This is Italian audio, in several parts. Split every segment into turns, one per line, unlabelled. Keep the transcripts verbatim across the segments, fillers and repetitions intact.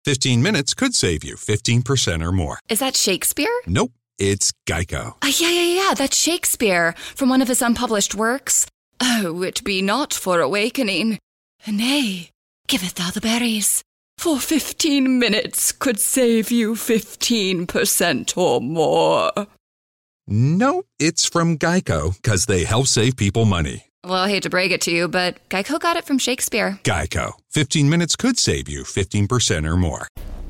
fifteen minutes could save you fifteen percent or more.
Is that Shakespeare?
Nope, it's Geico.
Uh, yeah, yeah, yeah, that's Shakespeare, from one of his unpublished works. Oh, it be not for awakening. Nay, giveth thou the berries. For fifteen minutes could save you fifteen percent or more.
Nope, it's from Geico, because they help save people money.
Well, I hate to break it to you, but Geico got it from Shakespeare.
Geico. fifteen minutes could save you fifteen percent or more.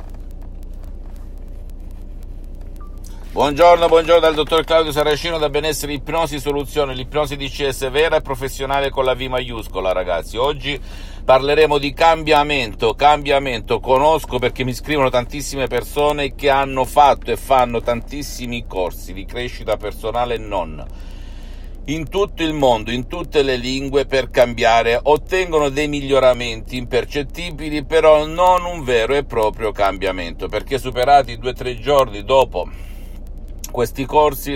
Buongiorno, buongiorno dal dottor Claudio Saracino da Benessere Ipnosi Soluzione, l'ipnosi D C S vera e professionale con la V maiuscola, ragazzi. Oggi parleremo di cambiamento, cambiamento. Conosco, perché mi scrivono tantissime persone che hanno fatto e fanno tantissimi corsi di crescita personale e non, in tutto il mondo, in tutte le lingue, per cambiare. Ottengono dei miglioramenti impercettibili, però non un vero e proprio cambiamento, perché superati due o tre giorni dopo questi corsi,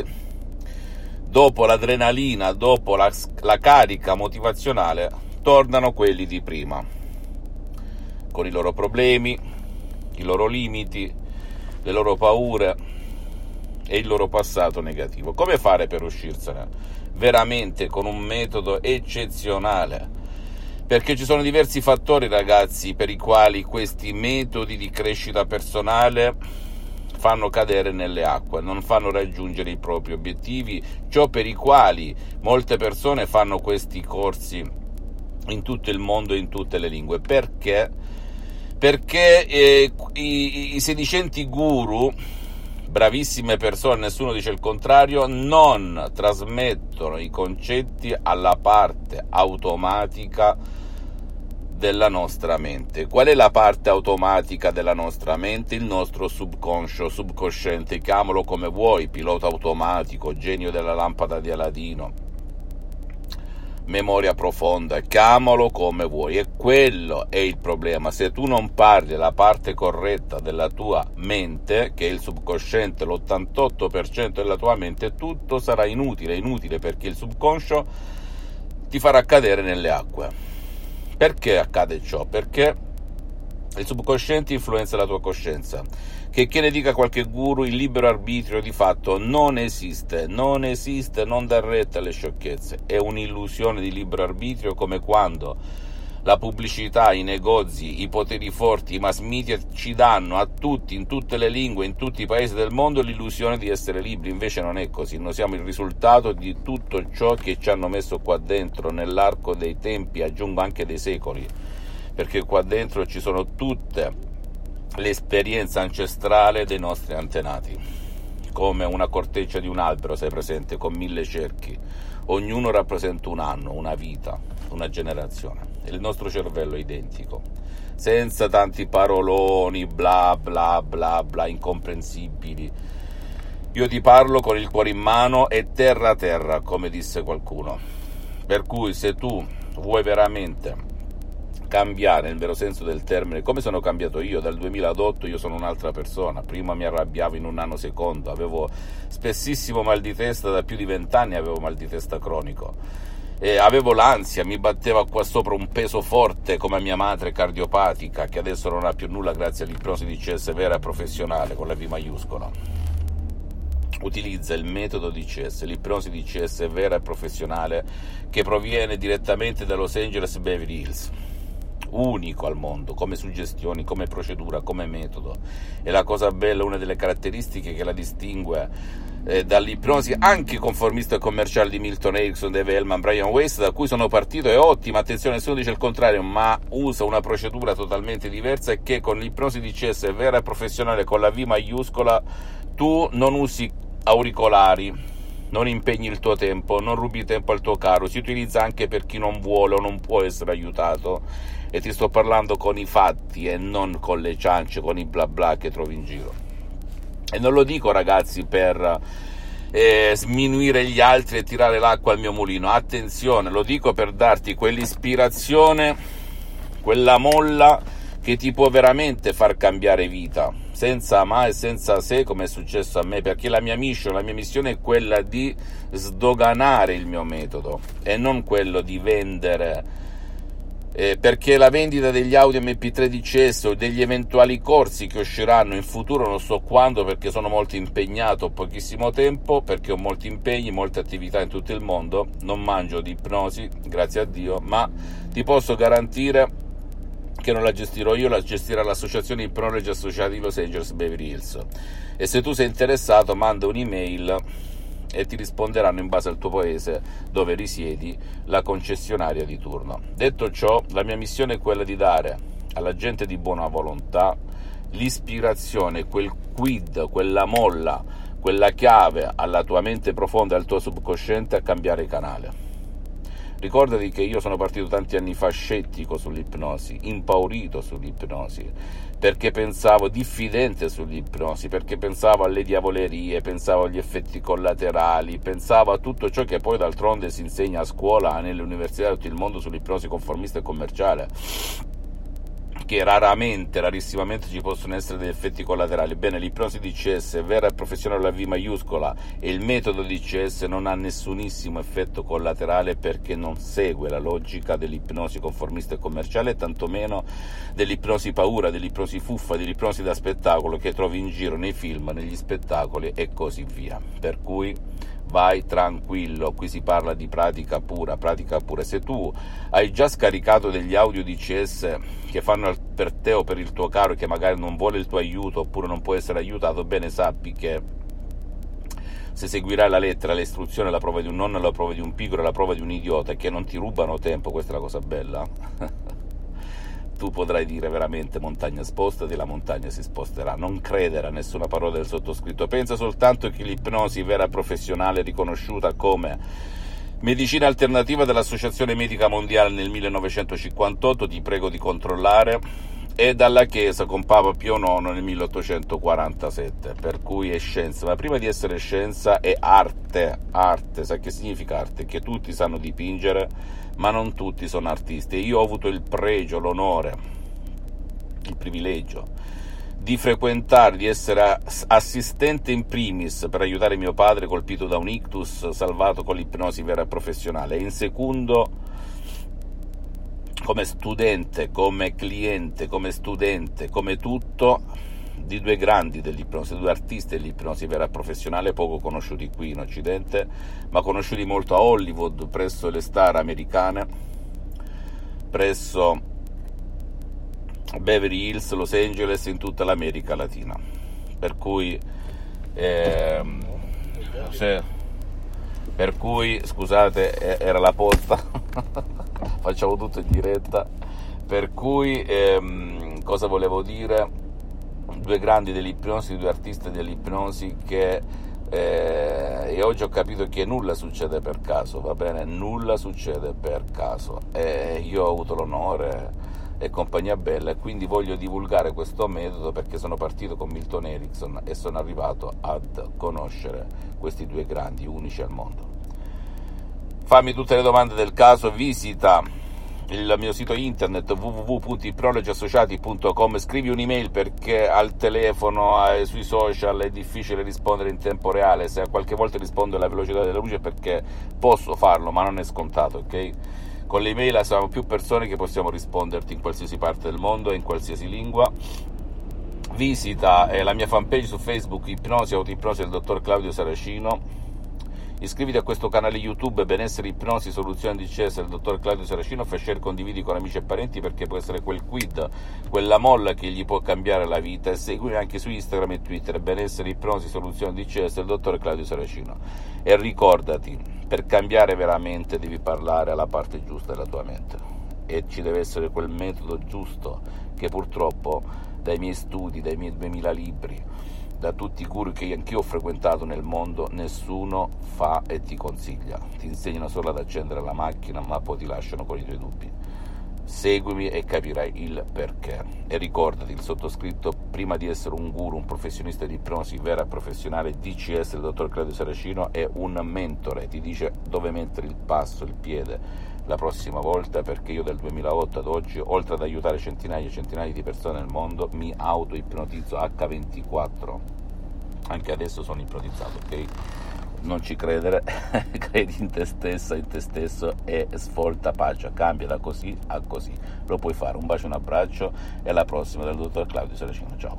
dopo l'adrenalina, dopo la, la carica motivazionale, tornano quelli di prima, con i loro problemi, i loro limiti, le loro paure e il loro passato negativo. Come fare per uscirsene? Veramente con un metodo eccezionale, perché ci sono diversi fattori, ragazzi, per i quali questi metodi di crescita personale fanno cadere nelle acque, non fanno raggiungere i propri obiettivi, ciò per i quali molte persone fanno questi corsi in tutto il mondo e in tutte le lingue. Perché? Perché eh, i, i sedicenti guru, bravissime persone, nessuno dice il contrario, non trasmettono i concetti alla parte automatica della nostra mente. Qual è la parte automatica della nostra mente? Il nostro subconscio, subconsciente, chiamalo come vuoi, pilota automatico, genio della lampada di Aladino, memoria profonda, chiamalo come vuoi. E quello è il problema. Se tu non parli la parte corretta della tua mente, che è il subconsciente, l'ottantotto per cento della tua mente, tutto sarà inutile, inutile, perché il subconscio ti farà cadere nelle acque. Perché accade ciò? Perché il subconsciente influenza la tua coscienza. Che che ne dica qualche guru, il libero arbitrio di fatto non esiste, non esiste, non dà retta alle sciocchezze. È un'illusione di libero arbitrio, come quando la pubblicità, i negozi, i poteri forti, i mass media ci danno a tutti, in tutte le lingue, in tutti i paesi del mondo, l'illusione di essere liberi. Invece non è così. Noi siamo il risultato di tutto ciò che ci hanno messo qua dentro nell'arco dei tempi, aggiungo anche dei secoli, perché qua dentro ci sono tutte l'esperienza ancestrale dei nostri antenati, come una corteccia di un albero, sei presente, con mille cerchi. Ognuno rappresenta un anno, una vita, una generazione. E il nostro cervello è identico, senza tanti paroloni, bla bla bla bla, incomprensibili. Io ti parlo con il cuore in mano e terra a terra, come disse qualcuno. Per cui se tu vuoi veramente cambiare nel vero senso del termine, come sono cambiato io dal duemila ad otto, io sono un'altra persona. Prima mi arrabbiavo in un nanosecondo, avevo spessissimo mal di testa, da più di vent'anni avevo mal di testa cronico, e avevo l'ansia, mi batteva qua sopra un peso forte come mia madre cardiopatica, che adesso non ha più nulla grazie all'ipnosi D C S vera e professionale con la V maiuscola. Utilizza il metodo D C S, l'ipnosi D C S vera e professionale, che proviene direttamente da Los Angeles Beverly Hills, unico al mondo come suggestioni, come procedura, come metodo. E la cosa bella, una delle caratteristiche che la distingue eh, dall'ipnosi anche conformista e commerciale di Milton Erickson, Dave Hellman, Brian Weiss, da cui sono partito, è ottima, attenzione, nessuno dice il contrario, ma usa una procedura totalmente diversa, e che con l'ipnosi D C S vera e professionale con la V maiuscola tu non usi auricolari, non impegni il tuo tempo, non rubi tempo al tuo caro, si utilizza anche per chi non vuole o non può essere aiutato, e ti sto parlando con i fatti e non con le ciance, con i bla bla che trovi in giro. E non lo dico, ragazzi, per eh, sminuire gli altri e tirare l'acqua al mio mulino, attenzione, lo dico per darti quell'ispirazione, quella molla che ti può veramente far cambiare vita, senza ma e senza se, come è successo a me, perché la mia mission, la mia missione è quella di sdoganare il mio metodo e non quello di vendere Eh, perché la vendita degli audio emme pi tre D C S o degli eventuali corsi che usciranno in futuro non so quando, perché sono molto impegnato, ho pochissimo tempo, perché ho molti impegni, molte attività in tutto il mondo, non mangio di ipnosi, grazie a Dio, ma ti posso garantire che non la gestirò io, la gestirà l'associazione Ipnologi Associati di Los Angeles Beverly Hills. E se tu sei interessato, manda un'email e ti risponderanno in base al tuo paese dove risiedi la concessionaria di turno. Detto ciò, la mia missione è quella di dare alla gente di buona volontà l'ispirazione, quel quid, quella molla, quella chiave alla tua mente profonda, al tuo subconsciente a cambiare canale. Ricordati che io sono partito tanti anni fa scettico sull'ipnosi, impaurito sull'ipnosi, perché pensavo diffidente sull'ipnosi, perché pensavo alle diavolerie, pensavo agli effetti collaterali, pensavo a tutto ciò che poi d'altronde si insegna a scuola, nelle università di tutto il mondo sull'ipnosi conformista e commerciale, che raramente, rarissimamente ci possono essere degli effetti collaterali. Bene, l'ipnosi D C S vera e professionale, la V maiuscola, e il metodo D C S non ha nessunissimo effetto collaterale, perché non segue la logica dell'ipnosi conformista e commerciale, tantomeno dell'ipnosi paura, dell'ipnosi fuffa, dell'ipnosi da spettacolo che trovi in giro nei film, negli spettacoli e così via. Per cui vai tranquillo, qui si parla di pratica pura, pratica pura. Se tu hai già scaricato degli audio D C S che fanno per te o per il tuo caro, che magari non vuole il tuo aiuto oppure non può essere aiutato, bene, sappi che se seguirai la lettera, le istruzioni, la prova di un nonno, la prova di un piccolo, la prova di un idiota, e che non ti rubano tempo, questa è la cosa bella, tu potrai dire veramente: montagna spostati, la montagna si sposterà. Non credere a nessuna parola del sottoscritto, pensa soltanto che l'ipnosi vera professionale, riconosciuta come medicina alternativa dall'Associazione Medica Mondiale nel millenovecentocinquantotto, ti prego di controllare, è dalla Chiesa con Papa Pio nono nel milleottocentoquarantasette, per cui è scienza, ma prima di essere scienza è arte. Arte, sai che significa arte? Che tutti sanno dipingere, ma non tutti sono artisti. E io ho avuto il pregio, l'onore, il privilegio di frequentare, di essere assistente in primis per aiutare mio padre colpito da un ictus, salvato con l'ipnosi vera e professionale, e in secondo come studente, come cliente, come studente, come tutto, di due grandi dell'ipnosi, due artisti dell'ipnosi vera e professionale, poco conosciuti qui in Occidente, ma conosciuti molto a Hollywood, presso le star americane, presso Beverly Hills, Los Angeles, in tutta l'America Latina. Per cui ehm, se, per cui scusate, era la posta facciamo tutto in diretta. Per cui ehm, cosa volevo dire? Due grandi dell'ipnosi, due artisti dell'ipnosi che eh, e oggi ho capito che nulla succede per caso, va bene? Nulla succede per caso, e io ho avuto l'onore e compagnia bella, e quindi voglio divulgare questo metodo, perché sono partito con Milton Erickson e sono arrivato ad conoscere questi due grandi, unici al mondo. Fammi tutte le domande del caso, visita il mio sito internet w w w punto ipnologi associati punto com, scrivi un'email, perché al telefono, sui social è difficile rispondere in tempo reale. Se a qualche volta rispondo alla velocità della luce, perché posso farlo, ma non è scontato, ok? Con le email siamo più persone che possiamo risponderti in qualsiasi parte del mondo e in qualsiasi lingua. Visita eh, la mia fanpage su Facebook, Ipnosi Autoipnosi del dottor Claudio Saracino. Iscriviti a questo canale YouTube, Benessere Ipnosi Soluzioni D C S del dottor Claudio Saracino, fai share, condividi con amici e parenti, perché può essere quel quid, quella molla che gli può cambiare la vita. E seguimi anche su Instagram e Twitter, Benessere Ipnosi Soluzioni D C S del dottor Claudio Saracino. E ricordati, per cambiare veramente devi parlare alla parte giusta della tua mente, e ci deve essere quel metodo giusto che purtroppo dai miei studi, dai miei duemila libri, da tutti i guru che anch'io ho frequentato nel mondo, nessuno fa e ti consiglia. Ti insegnano solo ad accendere la macchina, ma poi ti lasciano con i tuoi dubbi. Seguimi e capirai il perché. E ricordati, il sottoscritto, prima di essere un guru, un professionista di ipnosi vera e professionale D C S del dottor Claudio Saracino, è un mentore, ti dice dove mettere il passo, il piede la prossima volta, perché io dal duemilaotto ad oggi, oltre ad aiutare centinaia e centinaia di persone nel mondo, mi auto-ipnotizzo acca ventiquattro. Anche adesso sono ipnotizzato, ok? non ci credere, credi in te stessa, in te stesso e svolta pagina, cambia da così a così. Lo puoi fare. Un bacio, un abbraccio e alla prossima dal dottor Claudio Saracino. Ciao.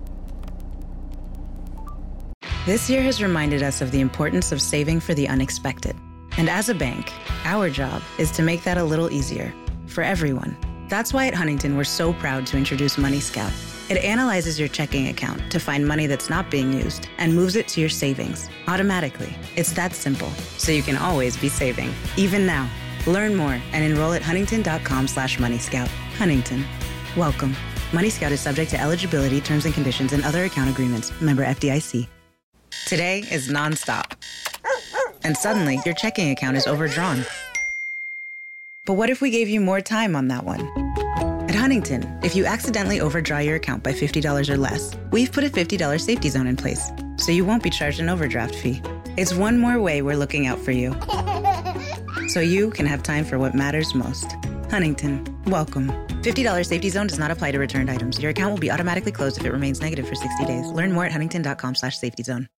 This year has reminded us of the importance of saving for the unexpected. And as a bank, our job is to make that a little easier for everyone. That's why at Huntington, we're so proud to introduce Money Scout. It analyzes your checking account to find money that's not being used and moves it to your savings automatically. It's that simple, so you can always be saving, even now. Learn more and enroll at huntington.com slash moneyscout. Huntington. Welcome. Money Scout is subject to eligibility, terms and conditions, and other account agreements. Member F D I C. Today is nonstop. And suddenly, your checking account is overdrawn. But what if we gave you more time on that one? At Huntington, if you accidentally overdraw your account by fifty dollars or less, we've put a fifty dollars safety zone in place, so you won't be charged an overdraft fee. It's one more way we're looking out for you, so you can have time for what matters most. Huntington, welcome. fifty dollars safety zone does not apply to returned items. Your account will be automatically closed if it remains negative for sixty days. Learn more at huntington.com slash safety zone.